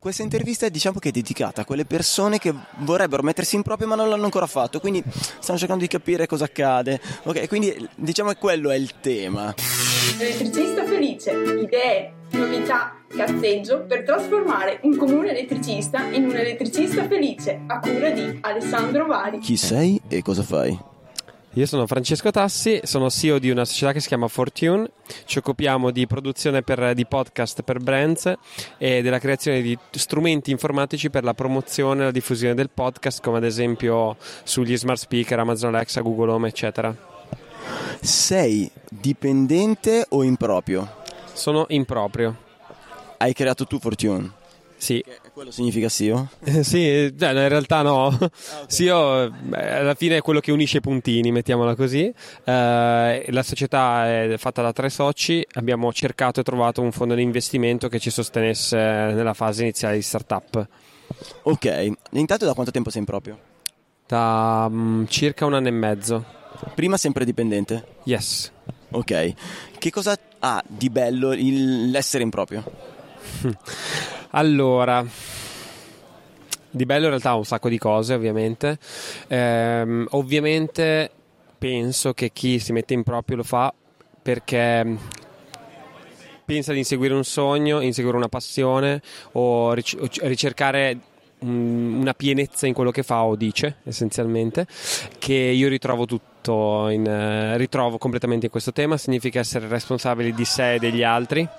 questa intervista diciamo che è dedicata a quelle persone che vorrebbero mettersi in proprio ma non l'hanno ancora fatto, quindi stanno cercando di capire cosa accade. Ok, quindi diciamo che quello è il tema. Elettricista felice, idee, novità, cazzeggio per trasformare un comune elettricista in un elettricista felice, a cura di Alessandro Vari. Chi sei e cosa fai? Io sono Francesco Tassi, sono CEO di una società che si chiama Fortune, ci occupiamo di produzione di podcast per brands e della creazione di strumenti informatici per la promozione e la diffusione del podcast, come ad esempio sugli smart speaker, Amazon Alexa, Google Home, eccetera. Sei dipendente o improprio? Sono improprio. Hai creato tu Fortune? Sì. Quello significa SEO? Sì, in realtà no. SEO alla fine è quello che unisce i puntini, mettiamola così. La società è fatta da 3 soci, abbiamo cercato e trovato un fondo di investimento che ci sostenesse nella fase iniziale di startup. Ok, intanto da quanto tempo sei improprio? Da circa 1 anno e mezzo. Prima sempre dipendente? Yes. Ok, che cosa ha di bello l'essere improprio? Allora, di bello in realtà un sacco di cose, ovviamente. Ovviamente penso che chi si mette in proprio lo fa perché pensa di inseguire un sogno, inseguire una passione o ricercare una pienezza in quello che fa o dice, essenzialmente, che io ritrovo ritrovo completamente in questo tema. Significa essere responsabili di sé e degli altri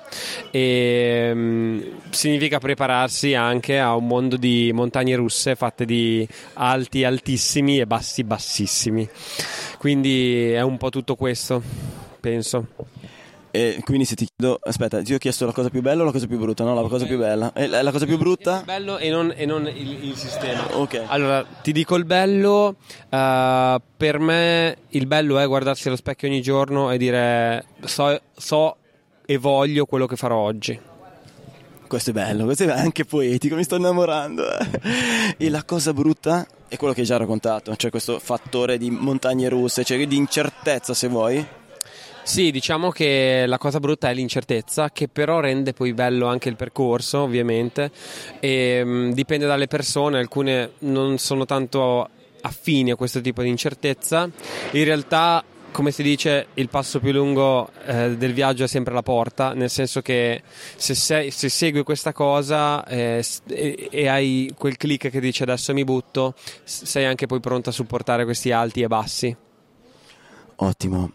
e significa prepararsi anche a un mondo di montagne russe fatte di alti altissimi e bassi bassissimi, quindi è un po' tutto questo, penso. E quindi se ti chiedo, aspetta, ti ho chiesto la cosa più bella o la cosa più brutta? No, la cosa più bella. E la cosa più brutta? Il bello e non il sistema. Ok. Allora, ti dico il bello. Per me il bello è guardarsi allo specchio ogni giorno e dire so e voglio quello che farò oggi. Questo è anche poetico, mi sto innamorando. E la cosa brutta è quello che hai già raccontato, cioè questo fattore di montagne russe, cioè di incertezza, se vuoi. Sì, diciamo che la cosa brutta è l'incertezza, che però rende poi bello anche il percorso, ovviamente, e dipende dalle persone. Alcune non sono tanto affini a questo tipo di incertezza. In realtà, come si dice, il passo più lungo del viaggio è sempre la porta, nel senso che se segui questa cosa e hai quel click che dice adesso mi butto, sei anche poi pronto a supportare questi alti e bassi. Ottimo.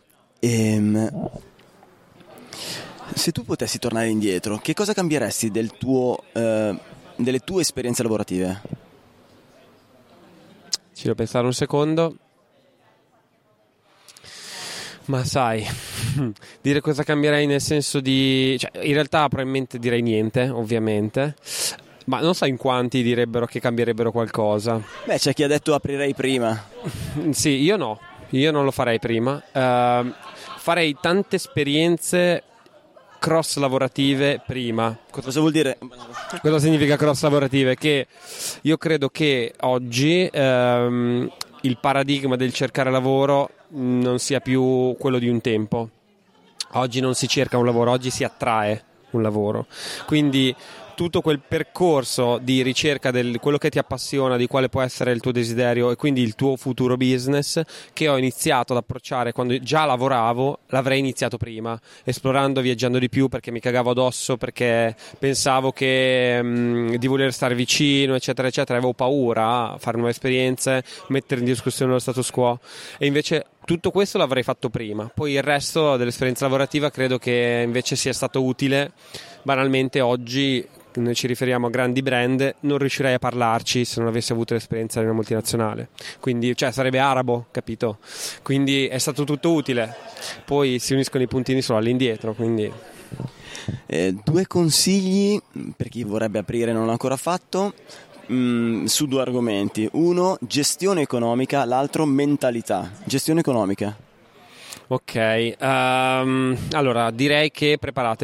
Se tu potessi tornare indietro, che cosa cambieresti delle tue esperienze lavorative? Ci devo pensare un secondo. Ma sai, dire cosa cambierei nel senso di... Cioè, in realtà probabilmente direi niente, ovviamente. Ma non so in quanti direbbero che cambierebbero qualcosa. Beh, c'è chi ha detto aprirei prima. Sì, io no. Io non lo farei prima. Farei tante esperienze cross lavorative prima. Cosa vuol dire? Cosa significa cross lavorative? Che io credo che oggi il paradigma del cercare lavoro non sia più quello di un tempo. Oggi non si cerca un lavoro, oggi si attrae un lavoro. Quindi tutto quel percorso di ricerca di quello che ti appassiona, di quale può essere il tuo desiderio e quindi il tuo futuro business, che ho iniziato ad approcciare quando già lavoravo, l'avrei iniziato prima, esplorando, viaggiando di più, perché mi cagavo addosso, perché pensavo che di voler stare vicino, eccetera eccetera, avevo paura a fare nuove esperienze, mettere in discussione lo status quo, e invece tutto questo l'avrei fatto prima. Poi il resto dell'esperienza lavorativa credo che invece sia stato utile. Banalmente oggi noi ci riferiamo a grandi brand, non riuscirei a parlarci se non avessi avuto l'esperienza di una multinazionale, quindi cioè sarebbe arabo, capito? Quindi è stato tutto utile. Poi si uniscono i puntini solo all'indietro, quindi 2 consigli per chi vorrebbe aprire e non l'ha ancora fatto, su 2 argomenti. Uno, gestione economica, l'altro mentalità. Gestione economica. ok, allora direi che preparatevi.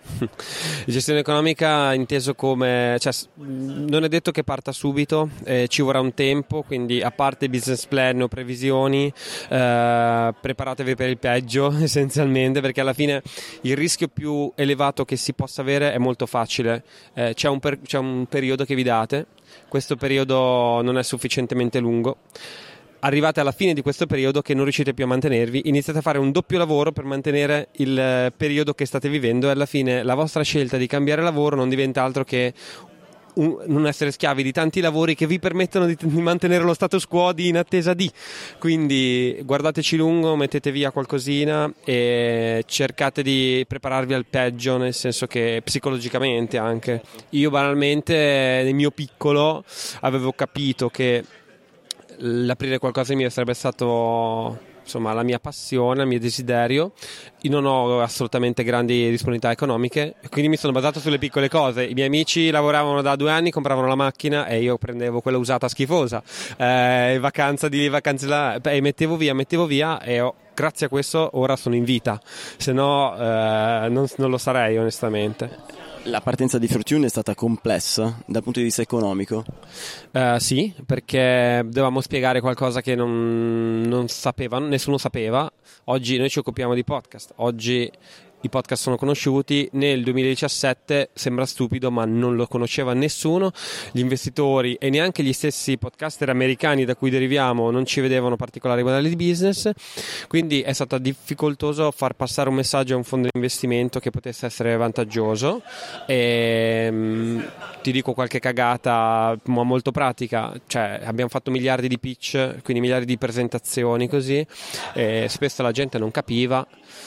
Gestione economica inteso come, cioè, non è detto che parta subito, ci vorrà un tempo, quindi a parte business plan o previsioni, preparatevi per il peggio essenzialmente, perché alla fine il rischio più elevato che si possa avere è molto facile. C'è un periodo che vi date, questo periodo non è sufficientemente lungo. Arrivate alla fine di questo periodo che non riuscite più a mantenervi, iniziate a fare un doppio lavoro per mantenere il periodo che state vivendo, e alla fine la vostra scelta di cambiare lavoro non diventa altro che non essere schiavi di tanti lavori che vi permettono di mantenere lo status quo in attesa di. Quindi guardateci lungo, mettete via qualcosina e cercate di prepararvi al peggio, nel senso che psicologicamente anche. Io banalmente nel mio piccolo avevo capito che l'aprire qualcosa di mio sarebbe stato, insomma, la mia passione, il mio desiderio. Io non ho assolutamente grandi disponibilità economiche, quindi mi sono basato sulle piccole cose. I miei amici lavoravano da 2 anni, compravano la macchina e io prendevo quella usata schifosa, vacanze là, e mettevo via e grazie a questo ora sono in vita, se no non lo sarei onestamente. La partenza di Fortune è stata complessa dal punto di vista economico? Sì, perché dovevamo spiegare qualcosa che non sapevano, nessuno sapeva. Oggi noi ci occupiamo di podcast, oggi i podcast sono conosciuti, nel 2017 sembra stupido ma non lo conosceva nessuno, gli investitori e neanche gli stessi podcaster americani da cui deriviamo non ci vedevano particolari modelli di business, quindi è stato difficoltoso far passare un messaggio a un fondo di investimento che potesse essere vantaggioso. E ti dico qualche cagata ma molto pratica, cioè abbiamo fatto miliardi di pitch, quindi miliardi di presentazioni così, e spesso la gente non capiva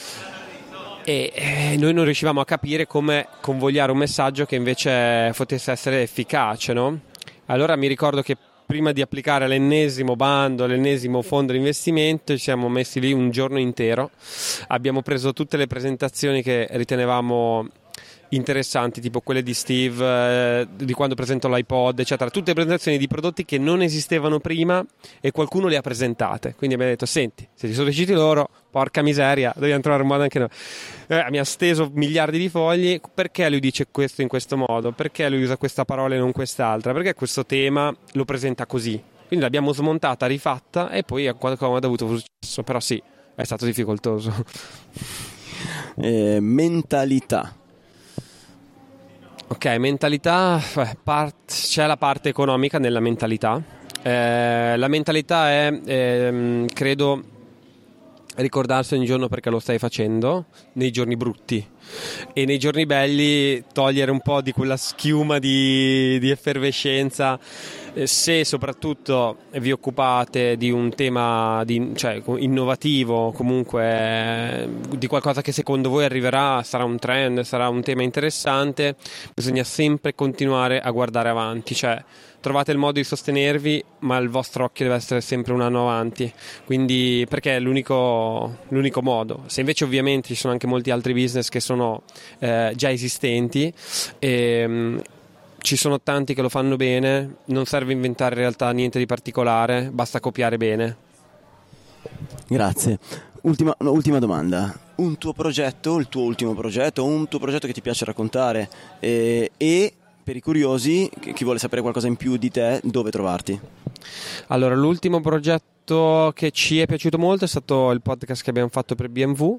e noi non riuscivamo a capire come convogliare un messaggio che invece potesse essere efficace, no? Allora mi ricordo che prima di applicare l'ennesimo bando, l'ennesimo fondo di investimento, ci siamo messi lì un giorno intero, abbiamo preso tutte le presentazioni che ritenevamo interessanti, tipo quelle di Steve, di quando presentò l'iPod, eccetera, tutte presentazioni di prodotti che non esistevano prima e qualcuno le ha presentate, quindi abbiamo detto: senti, se ti sono riusciti loro, porca miseria, dobbiamo trovare un modo anche noi. Mi ha steso miliardi di fogli. Perché lui dice questo in questo modo, perché lui usa questa parola e non quest'altra, perché questo tema lo presenta così, quindi l'abbiamo smontata, rifatta e poi a qualcosa ha avuto successo. Però sì, è stato difficoltoso. Mentalità. Ok, mentalità, c'è la parte economica nella mentalità. La mentalità è, credo, ricordarsi ogni giorno perché lo stai facendo, nei giorni brutti, e nei giorni belli togliere un po' di quella schiuma di effervescenza. Se soprattutto vi occupate di un tema cioè, innovativo, comunque di qualcosa che secondo voi arriverà, sarà un trend, sarà un tema interessante, bisogna sempre continuare a guardare avanti, cioè trovate il modo di sostenervi, ma il vostro occhio deve essere sempre un anno avanti, quindi, perché è l'unico modo. Se invece ovviamente ci sono anche molti altri business che sono già esistenti e ci sono tanti che lo fanno bene, non serve inventare in realtà niente di particolare, basta copiare bene. Grazie. Ultima domanda. Un tuo progetto, il tuo ultimo progetto, un tuo progetto che ti piace raccontare, e per i curiosi, chi vuole sapere qualcosa in più di te, dove trovarti? Allora, l'ultimo progetto che ci è piaciuto molto è stato il podcast che abbiamo fatto per BMW,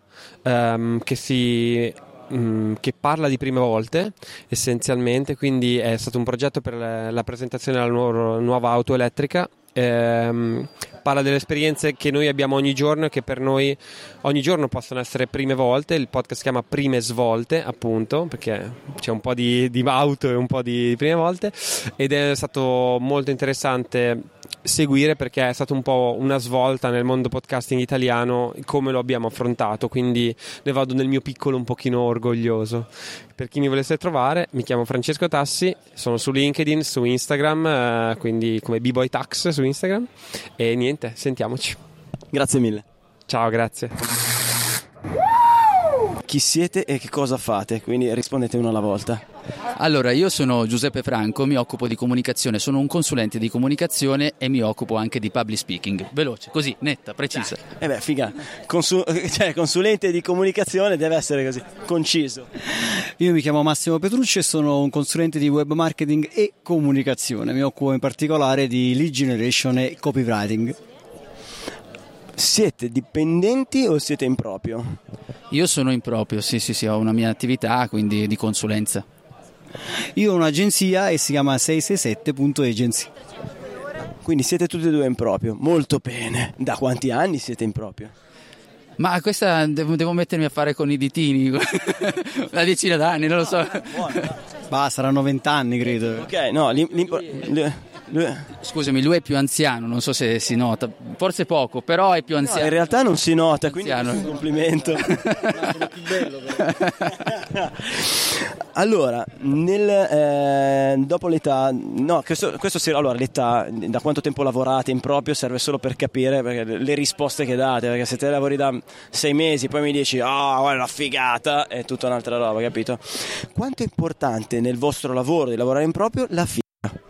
che parla di prime volte essenzialmente, quindi è stato un progetto per la presentazione della nuova auto elettrica. Parla delle esperienze che noi abbiamo ogni giorno e che per noi ogni giorno possono essere prime volte. Il podcast si chiama Prime Svolte, appunto, perché c'è un po' di auto e un po' di prime volte, ed è stato molto interessante seguire perché è stata un po' una svolta nel mondo podcasting italiano, come lo abbiamo affrontato, quindi ne vado nel mio piccolo un pochino orgoglioso. Per chi mi volesse trovare, mi chiamo Francesco Tassi, sono su LinkedIn, su Instagram, quindi come B-Boy Tax su Instagram, e niente, sentiamoci. Grazie mille. Ciao, grazie. Chi siete e che cosa fate? Quindi rispondete uno alla volta. Allora, io sono Giuseppe Franco, mi occupo di comunicazione, sono un consulente di comunicazione e mi occupo anche di public speaking. Veloce, così, netta, precisa. Figa, consulente di comunicazione deve essere così, conciso. Io mi chiamo Massimo Petrucci e sono un consulente di web marketing e comunicazione, mi occupo in particolare di lead generation e copywriting. Siete dipendenti o siete in proprio? Io sono in proprio, sì, ho una mia attività, quindi di consulenza. Io ho un'agenzia e si chiama 667.agency. Quindi siete tutti e due in proprio, molto bene. Da quanti anni siete in proprio? Ma questa devo mettermi a fare con i ditini, una decina d'anni, non lo so. Saranno 20 anni credo. Ok, no, Scusami, lui è più anziano, non so se si nota, forse poco, però è più anziano. No, in realtà non si nota, quindi è Anziano. un complimento. Allora, dopo l'età, no, allora l'età, da quanto tempo lavorate in proprio serve solo per capire perché le risposte che date, perché se te lavori da 6 mesi poi mi dici guarda la figata, è tutta un'altra roba, capito? Quanto è importante nel vostro lavoro di lavorare in proprio la figa?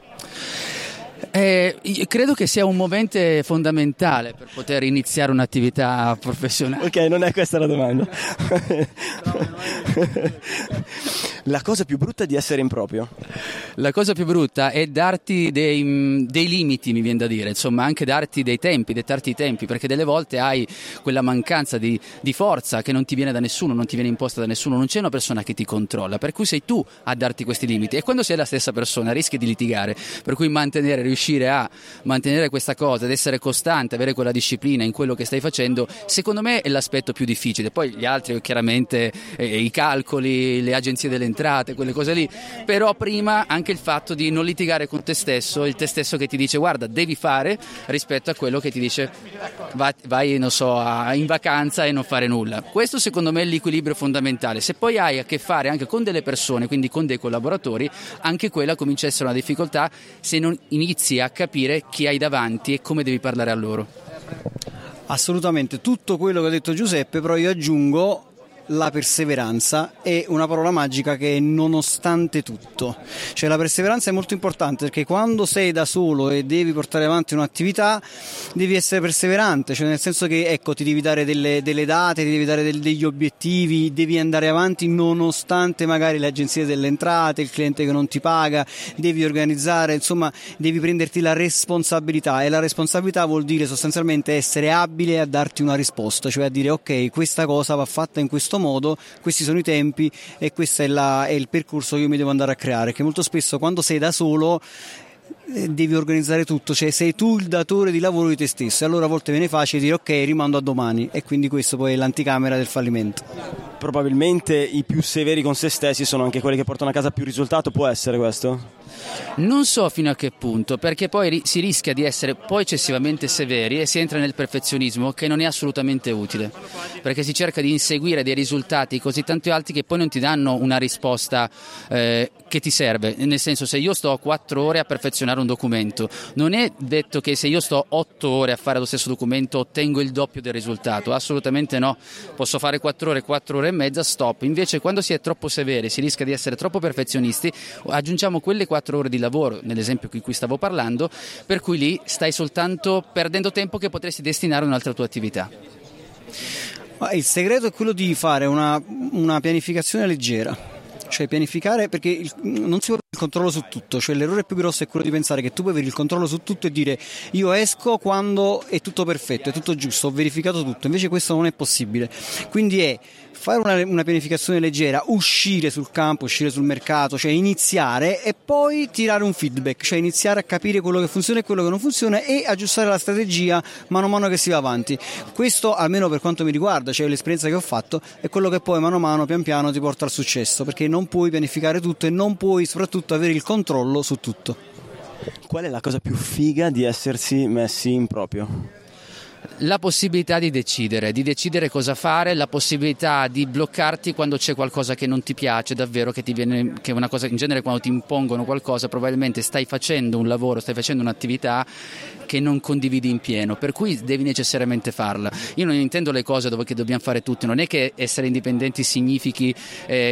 Io credo che sia un momento fondamentale per poter iniziare un'attività professionale. Ok, non è questa la domanda. La cosa più brutta di essere in proprio? La cosa più brutta è darti dei limiti, mi viene da dire, insomma, anche darti dei tempi, dettarti i tempi, perché delle volte hai quella mancanza di forza che non ti viene da nessuno, non ti viene imposta da nessuno, non c'è una persona che ti controlla, per cui sei tu a darti questi limiti, e quando sei la stessa persona rischi di litigare, per cui riuscire a mantenere questa cosa, ad essere costante, avere quella disciplina in quello che stai facendo, secondo me è l'aspetto più difficile. Poi gli altri chiaramente i calcoli, le agenzie delle entrate, quelle cose lì, però prima anche il fatto di non litigare con te stesso, il te stesso che ti dice guarda devi fare, rispetto a quello che ti dice vai non so in vacanza e non fare nulla. Questo secondo me è l'equilibrio fondamentale. Se poi hai a che fare anche con delle persone, quindi con dei collaboratori, anche quella comincia a essere una difficoltà se non inizi a capire chi hai davanti e come devi parlare a loro. Assolutamente, tutto quello che ha detto Giuseppe, però io aggiungo la perseveranza è una parola magica che è nonostante tutto, cioè la perseveranza è molto importante perché quando sei da solo e devi portare avanti un'attività devi essere perseverante, cioè nel senso che ecco ti devi dare delle date, ti devi dare degli obiettivi, devi andare avanti nonostante magari le agenzie delle entrate, il cliente che non ti paga, devi organizzare, insomma devi prenderti la responsabilità, e la responsabilità vuol dire sostanzialmente essere abile a darti una risposta, cioè a dire ok, questa cosa va fatta in questo modo, questi sono i tempi e questo è il percorso che io mi devo andare a creare, che molto spesso quando sei da solo devi organizzare tutto, cioè sei tu il datore di lavoro di te stesso, e allora a volte viene facile dire ok, rimando a domani, e quindi questo poi è l'anticamera del fallimento. Probabilmente i più severi con se stessi sono anche quelli che portano a casa più risultato, può essere questo? Non so fino a che punto, perché poi si rischia di essere poi eccessivamente severi e si entra nel perfezionismo, che non è assolutamente utile, perché si cerca di inseguire dei risultati così tanto alti che poi non ti danno una risposta che ti serve, nel senso, se io sto 4 ore a perfezionare un documento, non è detto che se io sto 8 ore a fare lo stesso documento ottengo il doppio del risultato, assolutamente no, posso fare 4 ore e mezza, stop. Invece quando si è troppo severi, si rischia di essere troppo perfezionisti, aggiungiamo quelle 4 ore di lavoro, nell'esempio di cui stavo parlando, per cui lì stai soltanto perdendo tempo che potresti destinare a un'altra tua attività. Il segreto è quello di fare una pianificazione leggera, cioè pianificare, perché non si può avere il controllo su tutto, cioè l'errore più grosso è quello di pensare che tu puoi avere il controllo su tutto e dire io esco quando è tutto perfetto, è tutto giusto, ho verificato tutto, invece questo non è possibile, quindi è fare una pianificazione leggera, uscire sul campo, uscire sul mercato, cioè iniziare e poi tirare un feedback, cioè iniziare a capire quello che funziona e quello che non funziona e aggiustare la strategia mano a mano che si va avanti. Questo, almeno per quanto mi riguarda, cioè l'esperienza che ho fatto, è quello che poi mano a mano, pian piano ti porta al successo, perché non puoi pianificare tutto e non puoi soprattutto avere il controllo su tutto. Qual è la cosa più figa di essersi messi in proprio? La possibilità di decidere cosa fare, la possibilità di bloccarti quando c'è qualcosa che non ti piace davvero, che è una cosa, in genere quando ti impongono qualcosa probabilmente stai facendo un lavoro, stai facendo un'attività che non condividi in pieno, per cui devi necessariamente farla. Io non intendo le cose che dobbiamo fare tutti, non è che essere indipendenti significhi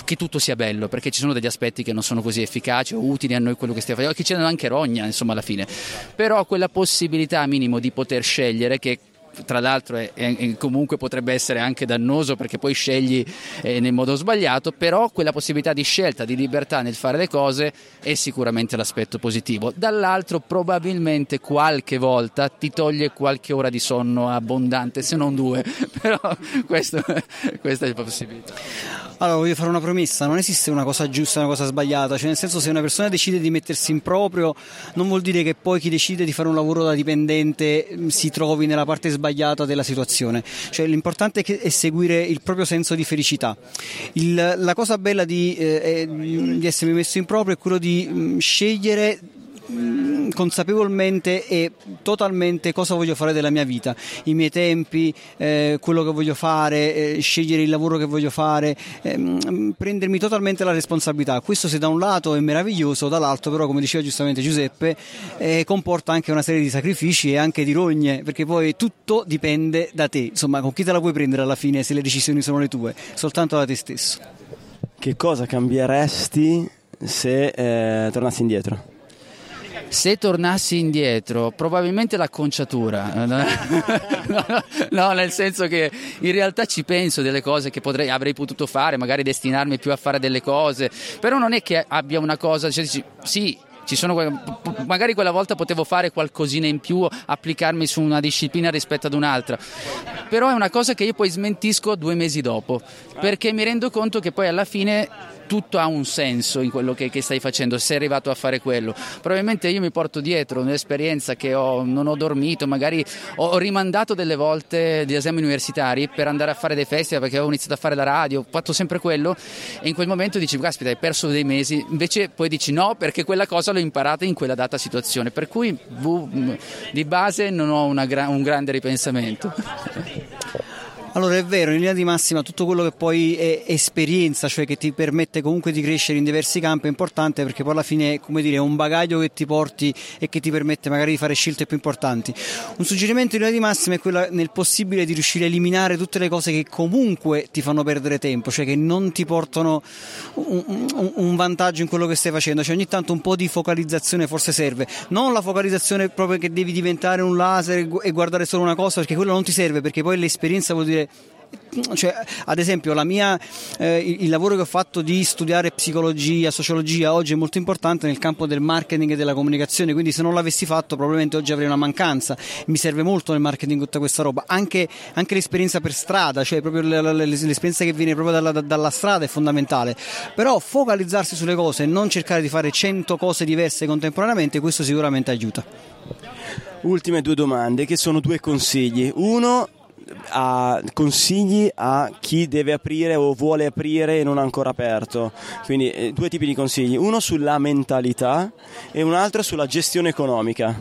che tutto sia bello, perché ci sono degli aspetti che non sono così efficaci o utili a noi quello che stiamo facendo, che ci danno anche rogna, insomma, alla fine. Però quella possibilità minimo di poter scegliere, che tra l'altro comunque potrebbe essere anche dannoso perché poi scegli nel modo sbagliato, però quella possibilità di scelta, di libertà nel fare le cose è sicuramente l'aspetto positivo. Dall'altro probabilmente qualche volta ti toglie qualche ora di sonno abbondante, se non 2, però questa è la possibilità. Allora, voglio fare una promessa: non esiste una cosa giusta e una cosa sbagliata, cioè nel senso, se una persona decide di mettersi in proprio, non vuol dire che poi chi decide di fare un lavoro da dipendente si trovi nella parte sbagliata della situazione. Cioè l'importante è seguire il proprio senso di felicità. La cosa bella di essermi messo in proprio è quello di scegliere consapevolmente e totalmente cosa voglio fare della mia vita, i miei tempi, quello che voglio fare, scegliere il lavoro che voglio fare, prendermi totalmente la responsabilità. Questo, se da un lato è meraviglioso, dall'altro però, come diceva giustamente Giuseppe, comporta anche una serie di sacrifici e anche di rogne, perché poi tutto dipende da te. Insomma, con chi te la puoi prendere alla fine se le decisioni sono le tue? Soltanto da te stesso. Che cosa cambieresti se tornassi indietro? Se tornassi indietro, probabilmente l'acconciatura. No, nel senso che in realtà ci penso delle cose che avrei potuto fare, magari destinarmi più a fare delle cose, però non è che abbia una cosa, cioè, sì, ci sono, magari quella volta potevo fare qualcosina in più, applicarmi su una disciplina rispetto ad un'altra, però è una cosa che io poi smentisco 2 mesi dopo, perché mi rendo conto che poi alla fine tutto ha un senso in quello che stai facendo, sei arrivato a fare quello. Probabilmente io mi porto dietro un'esperienza che non ho dormito, magari ho rimandato delle volte gli esami universitari per andare a fare dei festival, perché avevo iniziato a fare la radio, ho fatto sempre quello, e in quel momento dici caspita, hai perso dei mesi, invece poi dici no, perché quella cosa l'ho imparata in quella data situazione, per cui di base non ho un grande ripensamento. Allora, è vero, in linea di massima tutto quello che poi è esperienza, cioè che ti permette comunque di crescere in diversi campi, è importante, perché poi alla fine, come dire, è un bagaglio che ti porti e che ti permette magari di fare scelte più importanti. Un suggerimento in linea di massima è quello, nel possibile, di riuscire a eliminare tutte le cose che comunque ti fanno perdere tempo, cioè che non ti portano un vantaggio in quello che stai facendo. Cioè ogni tanto un po' di focalizzazione forse serve, non la focalizzazione proprio che devi diventare un laser e guardare solo una cosa, perché quello non ti serve, perché poi l'esperienza vuol dire, cioè, ad esempio il lavoro che ho fatto di studiare psicologia, sociologia, oggi è molto importante nel campo del marketing e della comunicazione, quindi se non l'avessi fatto probabilmente oggi avrei una mancanza. Mi serve molto nel marketing tutta questa roba, anche l'esperienza per strada, cioè proprio l'esperienza che viene proprio dalla strada è fondamentale. Però focalizzarsi sulle cose e non cercare di fare 100 cose diverse contemporaneamente, questo sicuramente aiuta. Ultime 2 domande, che sono 2 consigli. Uno, consigli a chi deve aprire o vuole aprire e non ha ancora aperto, quindi 2 tipi di consigli, uno sulla mentalità e un altro sulla gestione economica.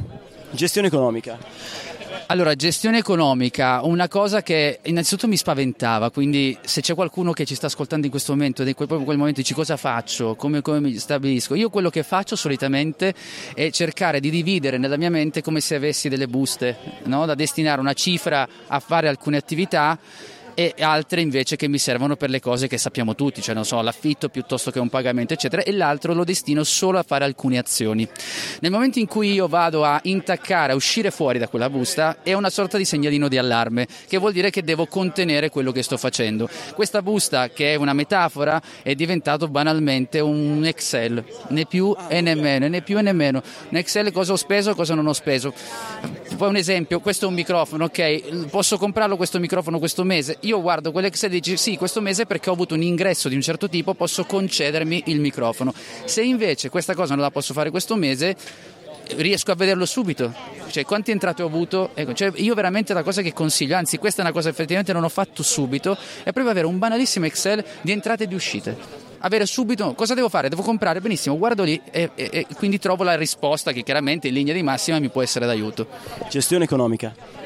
Allora, gestione economica, una cosa che innanzitutto mi spaventava, quindi se c'è qualcuno che ci sta ascoltando in questo momento ed in quel momento dici cosa faccio, come mi stabilisco, io quello che faccio solitamente è cercare di dividere nella mia mente come se avessi delle buste, no? Da destinare una cifra a fare alcune attività e altre invece che mi servono per le cose che sappiamo tutti, cioè non so, l'affitto piuttosto che un pagamento eccetera, e l'altro lo destino solo a fare alcune azioni. Nel momento in cui io vado a intaccare, a uscire fuori da quella busta, è una sorta di segnalino di allarme, che vuol dire che devo contenere quello che sto facendo. Questa busta, che è una metafora, è diventato banalmente un Excel, né più e né meno, un Excel, cosa ho speso, cosa non ho speso. Poi un esempio, questo è un microfono, ok, posso comprarlo questo microfono questo mese? Io guardo quell'Excel e dico sì, questo mese perché ho avuto un ingresso di un certo tipo, posso concedermi il microfono. Se invece questa cosa non la posso fare questo mese, riesco a vederlo subito, cioè quante entrate ho avuto, ecco, cioè io veramente la cosa che consiglio, anzi questa è una cosa che effettivamente non ho fatto subito, è proprio avere un banalissimo Excel di entrate e di uscite, avere subito cosa devo fare, devo comprare, benissimo, guardo lì e quindi trovo la risposta che chiaramente in linea di massima mi può essere d'aiuto. Gestione economica.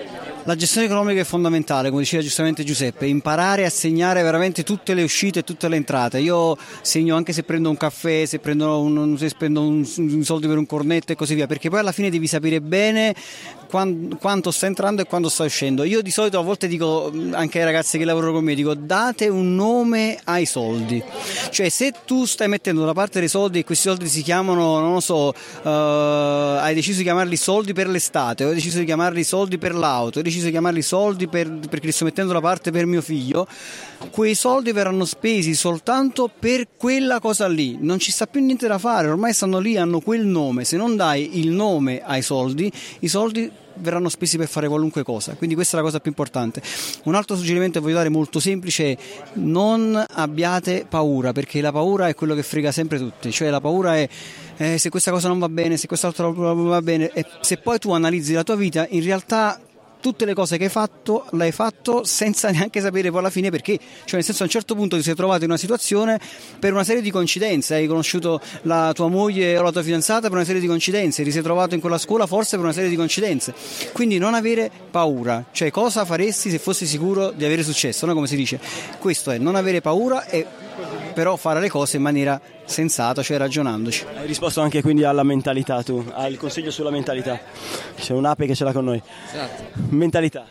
La gestione economica è fondamentale, come diceva giustamente Giuseppe, imparare a segnare veramente tutte le uscite e tutte le entrate. Io segno anche se prendo un caffè, se spendo un soldi per un cornetto e così via, perché poi alla fine devi sapere bene quanto sta entrando e quando sta uscendo. Io di solito a volte dico anche ai ragazzi che lavorano con me, dico date un nome ai soldi, cioè se tu stai mettendo da parte dei soldi e questi soldi si chiamano, non lo so, hai deciso di chiamarli soldi per l'estate, ho deciso di chiamarli soldi per l'auto, ho deciso di chiamarli soldi perché li sto mettendo da parte per mio figlio, quei soldi verranno spesi soltanto per quella cosa lì, non ci sta più niente da fare, ormai stanno lì, hanno quel nome. Se non dai il nome ai soldi, i soldi verranno spesi per fare qualunque cosa, quindi questa è la cosa più importante. Un altro suggerimento che voglio dare molto semplice è: non abbiate paura, perché la paura è quello che frega sempre tutti, cioè la paura è se questa cosa non va bene, se quest'altra non va bene, e se poi tu analizzi la tua vita, in realtà tutte le cose che hai fatto l'hai fatto senza neanche sapere poi alla fine perché, cioè nel senso a un certo punto ti sei trovato in una situazione per una serie di coincidenze, hai conosciuto la tua moglie o la tua fidanzata per una serie di coincidenze, ti sei trovato in quella scuola forse per una serie di coincidenze, quindi non avere paura, cioè cosa faresti se fossi sicuro di avere successo, no? Come si dice, questo è non avere paura e però fare le cose in maniera sensata, cioè ragionandoci. Hai risposto anche quindi alla mentalità, tu al consiglio sulla mentalità, c'è un'ape che ce l'ha con noi. Esatto. Mentalità,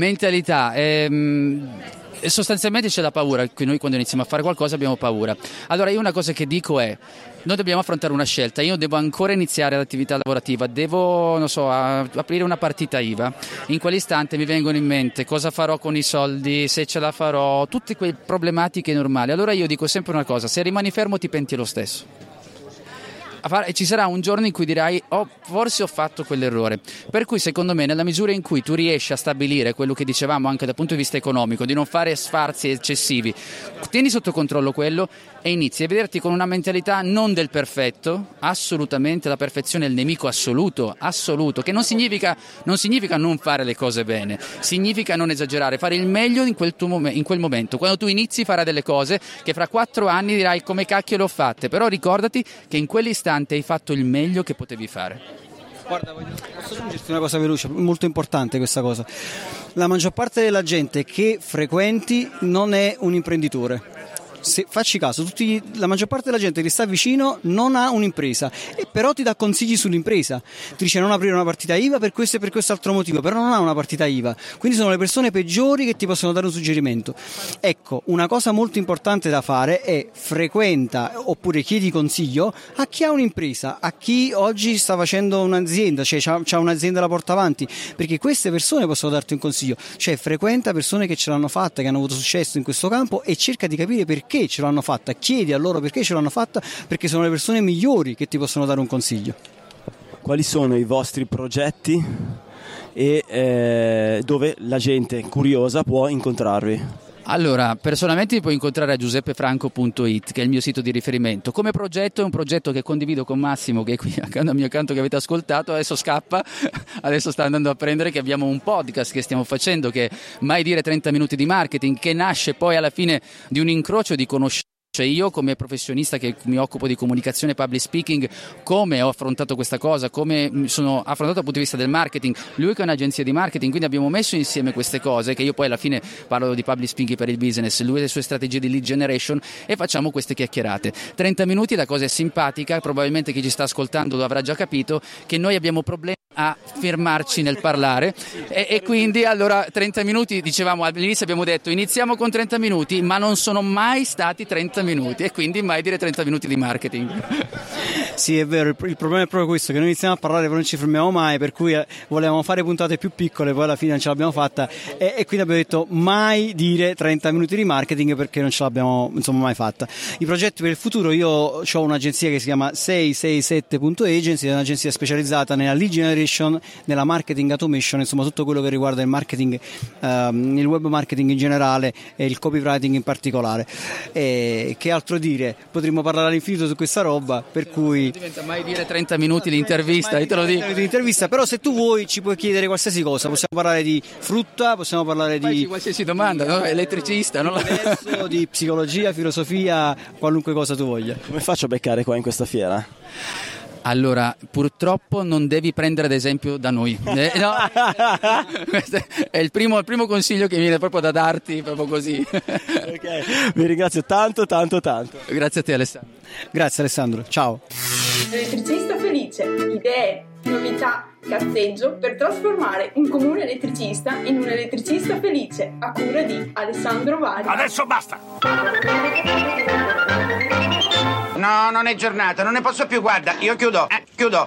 sostanzialmente c'è la paura, che noi quando iniziamo a fare qualcosa abbiamo paura. Allora io una cosa che dico è: noi dobbiamo affrontare una scelta, io devo ancora iniziare l'attività lavorativa, devo, non so, aprire una partita IVA, in quell'istante mi vengono in mente cosa farò con i soldi, se ce la farò, tutte quelle problematiche normali. Allora io dico sempre una cosa: se rimani fermo ti penti lo stesso. Ci sarà un giorno in cui dirai forse ho fatto quell'errore, per cui secondo me nella misura in cui tu riesci a stabilire quello che dicevamo anche dal punto di vista economico, di non fare sfarzi eccessivi, tieni sotto controllo quello e inizi a vederti con una mentalità non del perfetto, assolutamente la perfezione è il nemico assoluto, che non significa non fare le cose bene, significa non esagerare, fare il meglio in quel momento. Quando tu inizi farai delle cose che fra 4 anni dirai come cacchio le ho fatte, però ricordati che in quell'istante hai fatto il meglio che potevi fare. Guarda, posso aggiungerti una cosa veloce, molto importante questa cosa. La maggior parte della gente che frequenti non è un imprenditore. Se facci caso, la maggior parte della gente che sta vicino non ha un'impresa, e però ti dà consigli sull'impresa, ti dice non aprire una partita IVA per questo e per quest'altro motivo, però non ha una partita IVA, quindi sono le persone peggiori che ti possono dare un suggerimento. Ecco, una cosa molto importante da fare è frequenta oppure chiedi consiglio a chi ha un'impresa, a chi oggi sta facendo un'azienda, cioè c'ha un'azienda alla porta avanti, perché queste persone possono darti un consiglio, cioè frequenta persone che ce l'hanno fatta, che hanno avuto successo in questo campo e cerca di capire perché ce l'hanno fatta, chiedi a loro perché ce l'hanno fatta, perché sono le persone migliori che ti possono dare un consiglio. Quali sono i vostri progetti e dove la gente curiosa può incontrarvi? Allora, personalmente mi puoi incontrare a giuseppefranco.it, che è il mio sito di riferimento. Come progetto è un progetto che condivido con Massimo, che è qui al mio accanto, che avete ascoltato, adesso scappa, adesso sta andando a prendere, che abbiamo un podcast che stiamo facendo, che è Mai dire 30 minuti di marketing, che nasce poi alla fine di un incrocio di conoscenze. Cioè io come professionista che mi occupo di comunicazione e public speaking, come ho affrontato questa cosa, come sono affrontato dal punto di vista del marketing, lui che è un'agenzia di marketing, quindi abbiamo messo insieme queste cose, che io poi alla fine parlo di public speaking per il business, lui le sue strategie di lead generation, e facciamo queste chiacchierate. 30 minuti, la cosa è simpatica, probabilmente chi ci sta ascoltando lo avrà già capito, che noi abbiamo problemi a fermarci nel parlare e quindi allora 30 minuti, dicevamo all'inizio, abbiamo detto iniziamo con 30 minuti, ma non sono mai stati 30 minuti e quindi mai dire 30 minuti di marketing. Sì, è vero, il problema è proprio questo, che noi iniziamo a parlare però non ci fermiamo mai, per cui volevamo fare puntate più piccole, poi alla fine non ce l'abbiamo fatta e quindi abbiamo detto mai dire 30 minuti di marketing, perché non ce l'abbiamo mai fatta. I progetti per il futuro: io ho un'agenzia che si chiama 667.agency, è un'agenzia specializzata nella lead generation, nella marketing automation, insomma tutto quello che riguarda il marketing, il web marketing in generale e il copywriting in particolare. Che altro dire? Potremmo parlare all'infinito su questa roba, per cui diventa mai dire 30 minuti di intervista, io te lo dico. Però se tu vuoi ci puoi chiedere qualsiasi cosa, possiamo parlare di frutta, possiamo parlare di qualsiasi domanda, no? Elettricista, no? Di psicologia, filosofia, qualunque cosa tu voglia. Come faccio a beccare qua in questa fiera? Allora, purtroppo non devi prendere ad esempio da noi. No. Questo è il primo consiglio che mi viene proprio da darti, proprio così. Ok, vi ringrazio tanto. Grazie a te, Alessandro. Grazie Alessandro, ciao. Elettricista felice, idee, novità, cazzeggio per trasformare un comune elettricista in un elettricista felice, a cura di Alessandro Vari. Adesso basta! No, non è giornata, non ne posso più, guarda, io chiudo.